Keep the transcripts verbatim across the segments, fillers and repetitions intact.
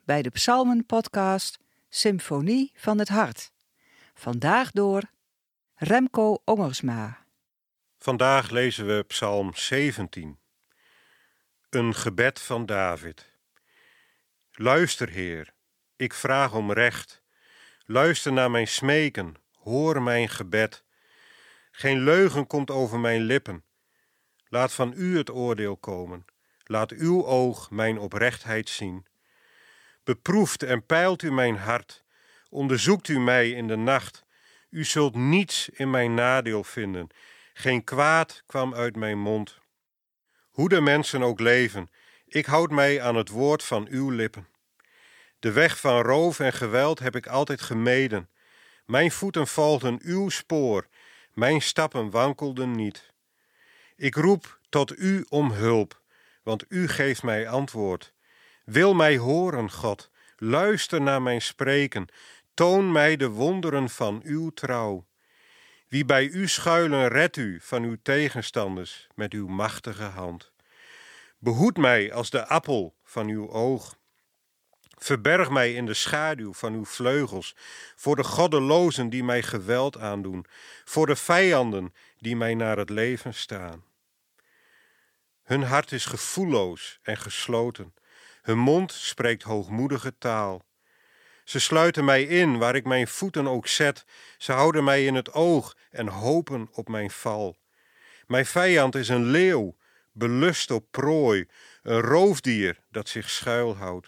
bij de Psalmen-podcast Symfonie van het Hart. Vandaag door Remco Ongersma. Vandaag lezen we Psalm zeventien. Een gebed van David. Luister, Heer, ik vraag om recht. Luister naar mijn smeken, hoor mijn gebed. Geen leugen komt over mijn lippen. Laat van u het oordeel komen. Laat uw oog mijn oprechtheid zien. Beproeft en peilt u mijn hart. Onderzoekt u mij in de nacht. U zult niets in mijn nadeel vinden. Geen kwaad kwam uit mijn mond. Hoe de mensen ook leven, ik houd mij aan het woord van uw lippen. De weg van roof en geweld heb ik altijd gemeden. Mijn voeten volgden uw spoor, mijn stappen wankelden niet. Ik roep tot u om hulp, want u geeft mij antwoord. Wil mij horen, God, luister naar mijn spreken, toon mij de wonderen van uw trouw. Wie bij u schuilen, redt u van uw tegenstanders met uw machtige hand. Behoed mij als de appel van uw oog. Verberg mij in de schaduw van uw vleugels, voor de goddelozen die mij geweld aandoen, voor de vijanden die mij naar het leven staan. Hun hart is gevoelloos en gesloten, hun mond spreekt hoogmoedige taal. Ze sluiten mij in waar ik mijn voeten ook zet, ze houden mij in het oog en hopen op mijn val. Mijn vijand is een leeuw, belust op prooi, een roofdier dat zich schuilhoudt.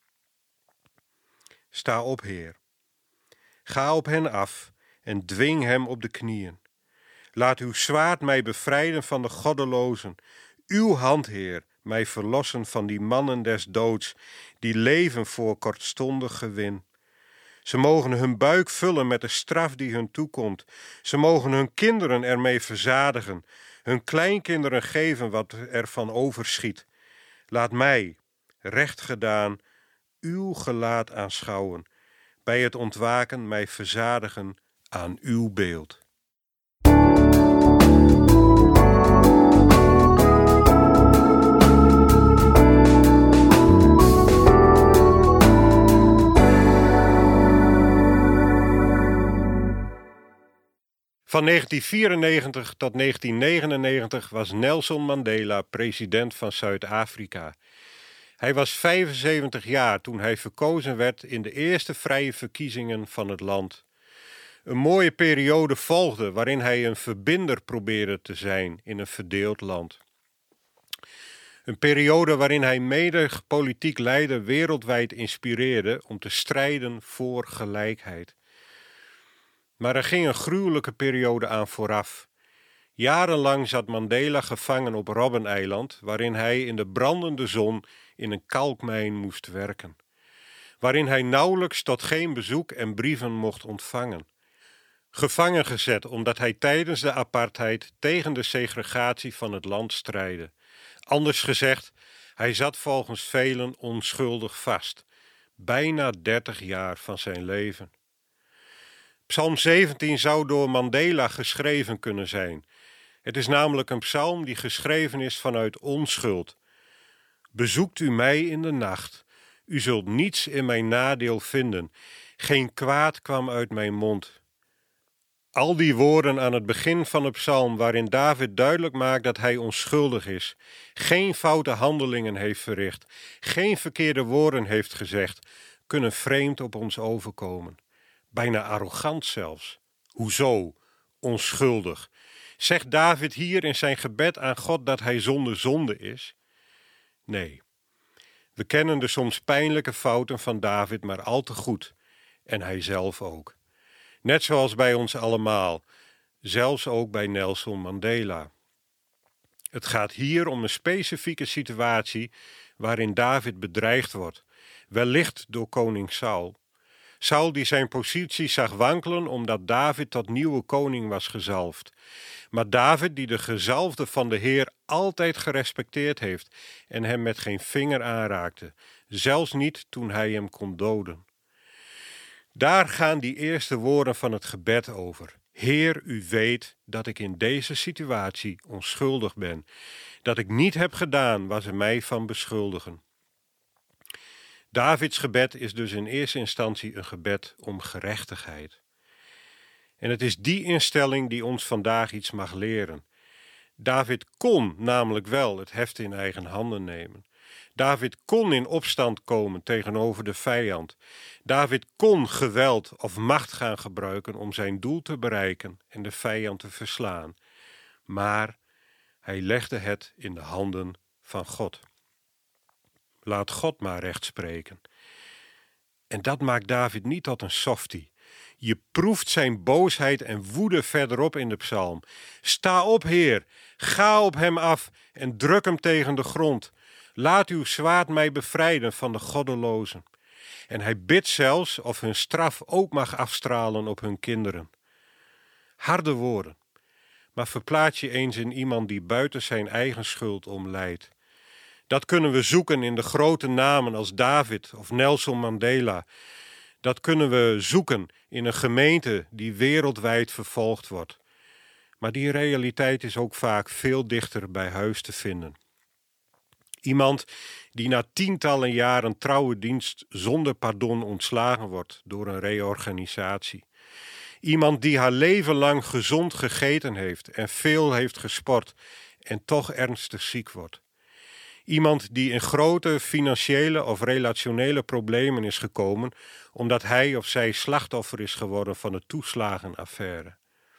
Sta op, Heer. Ga op hen af en dwing hem op de knieën. Laat uw zwaard mij bevrijden van de goddelozen. Uw hand, Heer, mij verlossen van die mannen des doods, die leven voor kortstondig gewin. Ze mogen hun buik vullen met de straf die hun toekomt. Ze mogen hun kinderen ermee verzadigen, hun kleinkinderen geven wat ervan overschiet. Laat mij, recht gedaan, uw gelaat aanschouwen, bij het ontwaken mij verzadigen aan uw beeld. Van negentien vierennegentig tot negentien negenennegentig was Nelson Mandela president van Zuid-Afrika. Hij was vijfenzeventig jaar toen hij verkozen werd in de eerste vrije verkiezingen van het land. Een mooie periode volgde waarin hij een verbinder probeerde te zijn in een verdeeld land. Een periode waarin hij menig politiek leider wereldwijd inspireerde om te strijden voor gelijkheid. Maar er ging een gruwelijke periode aan vooraf. Jarenlang zat Mandela gevangen op Robben-eiland, waarin hij in de brandende zon in een kalkmijn moest werken. Waarin hij nauwelijks tot geen bezoek en brieven mocht ontvangen. Gevangen gezet omdat hij tijdens de apartheid tegen de segregatie van het land strijdde. Anders gezegd, hij zat volgens velen onschuldig vast. Bijna dertig jaar van zijn leven. Psalm zeventien zou door Mandela geschreven kunnen zijn. Het is namelijk een psalm die geschreven is vanuit onschuld. Bezoekt u mij in de nacht. U zult niets in mijn nadeel vinden. Geen kwaad kwam uit mijn mond. Al die woorden aan het begin van de psalm waarin David duidelijk maakt dat hij onschuldig is, geen foute handelingen heeft verricht, geen verkeerde woorden heeft gezegd, kunnen vreemd op ons overkomen. Bijna arrogant zelfs. Hoezo? Onschuldig. Zegt David hier in zijn gebed aan God dat hij zonder zonde is? Nee. We kennen de soms pijnlijke fouten van David maar al te goed. En hij zelf ook. Net zoals bij ons allemaal. Zelfs ook bij Nelson Mandela. Het gaat hier om een specifieke situatie waarin David bedreigd wordt. Wellicht door koning Saul. Saul die zijn positie zag wankelen omdat David tot nieuwe koning was gezalfd. Maar David die de gezalfde van de Heer altijd gerespecteerd heeft en hem met geen vinger aanraakte, zelfs niet toen hij hem kon doden. Daar gaan die eerste woorden van het gebed over. Heer, u weet dat ik in deze situatie onschuldig ben, dat ik niet heb gedaan waar ze mij van beschuldigen. Davids gebed is dus in eerste instantie een gebed om gerechtigheid. En het is die instelling die ons vandaag iets mag leren. David kon namelijk wel het heft in eigen handen nemen. David kon in opstand komen tegenover de vijand. David kon geweld of macht gaan gebruiken om zijn doel te bereiken en de vijand te verslaan. Maar hij legde het in de handen van God. Laat God maar recht spreken. En dat maakt David niet tot een softie. Je proeft zijn boosheid en woede verderop in de psalm. Sta op, Heer, ga op hem af en druk hem tegen de grond. Laat uw zwaard mij bevrijden van de goddelozen. En hij bidt zelfs of hun straf ook mag afstralen op hun kinderen. Harde woorden, maar verplaats je eens in iemand die buiten zijn eigen schuld om lijdt. Dat kunnen we zoeken in de grote namen als David of Nelson Mandela. Dat kunnen we zoeken in een gemeente die wereldwijd vervolgd wordt. Maar die realiteit is ook vaak veel dichter bij huis te vinden. Iemand die na tientallen jaren trouwe dienst zonder pardon ontslagen wordt door een reorganisatie. Iemand die haar leven lang gezond gegeten heeft en veel heeft gesport en toch ernstig ziek wordt. Iemand die in grote financiële of relationele problemen is gekomen omdat hij of zij slachtoffer is geworden van de toeslagenaffaire.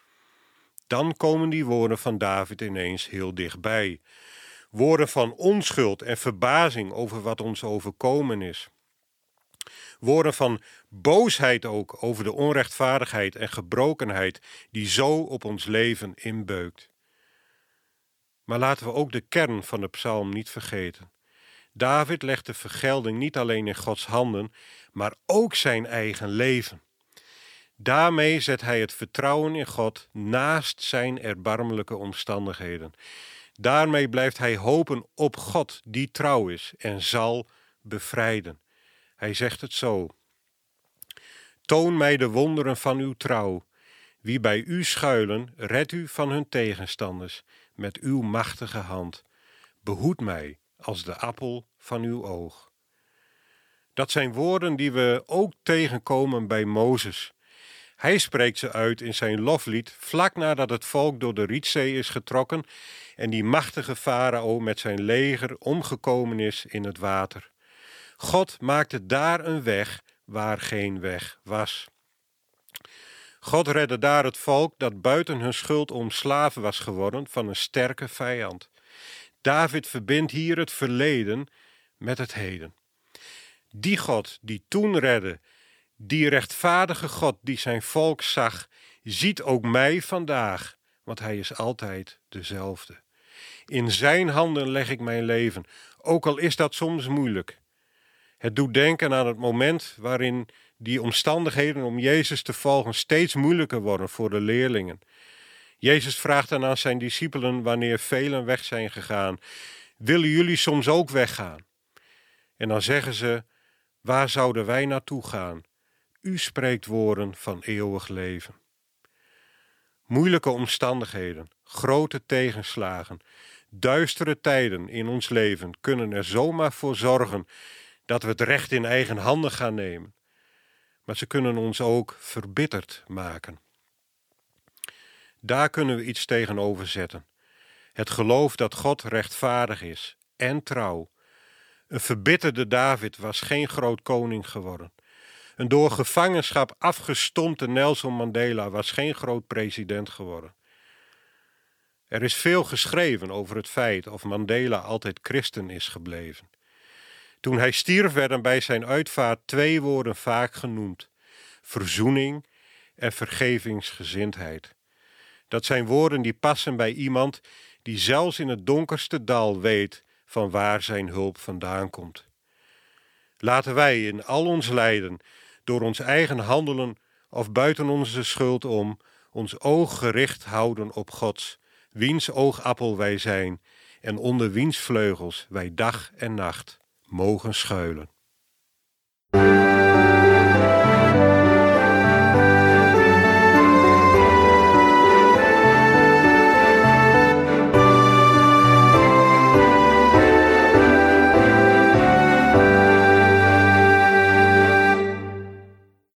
Dan komen die woorden van David ineens heel dichtbij. Woorden van onschuld en verbazing over wat ons overkomen is. Woorden van boosheid ook over de onrechtvaardigheid en gebrokenheid die zo op ons leven inbeukt. Maar laten we ook de kern van de psalm niet vergeten. David legt de vergelding niet alleen in Gods handen, maar ook zijn eigen leven. Daarmee zet hij het vertrouwen in God naast zijn erbarmelijke omstandigheden. Daarmee blijft hij hopen op God die trouw is en zal bevrijden. Hij zegt het zo. Toon mij de wonderen van uw trouw. Wie bij u schuilen, red u van hun tegenstanders met uw machtige hand. Behoed mij als de appel van uw oog. Dat zijn woorden die we ook tegenkomen bij Mozes. Hij spreekt ze uit in zijn loflied vlak nadat het volk door de Rietzee is getrokken en die machtige farao met zijn leger omgekomen is in het water. God maakte daar een weg waar geen weg was. God redde daar het volk dat buiten hun schuld om slaven was geworden van een sterke vijand. David verbindt hier het verleden met het heden. Die God die toen redde, die rechtvaardige God die zijn volk zag, ziet ook mij vandaag, want hij is altijd dezelfde. In zijn handen leg ik mijn leven, ook al is dat soms moeilijk. Het doet denken aan het moment waarin die omstandigheden om Jezus te volgen steeds moeilijker worden voor de leerlingen. Jezus vraagt dan aan zijn discipelen wanneer velen weg zijn gegaan: willen jullie soms ook weggaan? En dan zeggen ze: waar zouden wij naartoe gaan? U spreekt woorden van eeuwig leven. Moeilijke omstandigheden, grote tegenslagen, duistere tijden in ons leven kunnen er zomaar voor zorgen dat we het recht in eigen handen gaan nemen. Maar ze kunnen ons ook verbitterd maken. Daar kunnen we iets tegenover zetten. Het geloof dat God rechtvaardig is en trouw. Een verbitterde David was geen groot koning geworden. Een door gevangenschap afgestompte Nelson Mandela was geen groot president geworden. Er is veel geschreven over het feit of Mandela altijd christen is gebleven. Toen hij stierf werden bij zijn uitvaart twee woorden vaak genoemd: verzoening en vergevingsgezindheid. Dat zijn woorden die passen bij iemand die zelfs in het donkerste dal weet van waar zijn hulp vandaan komt. Laten wij in al ons lijden, door ons eigen handelen of buiten onze schuld om, ons oog gericht houden op Gods, wiens oogappel wij zijn en onder wiens vleugels wij dag en nacht mogen schuilen.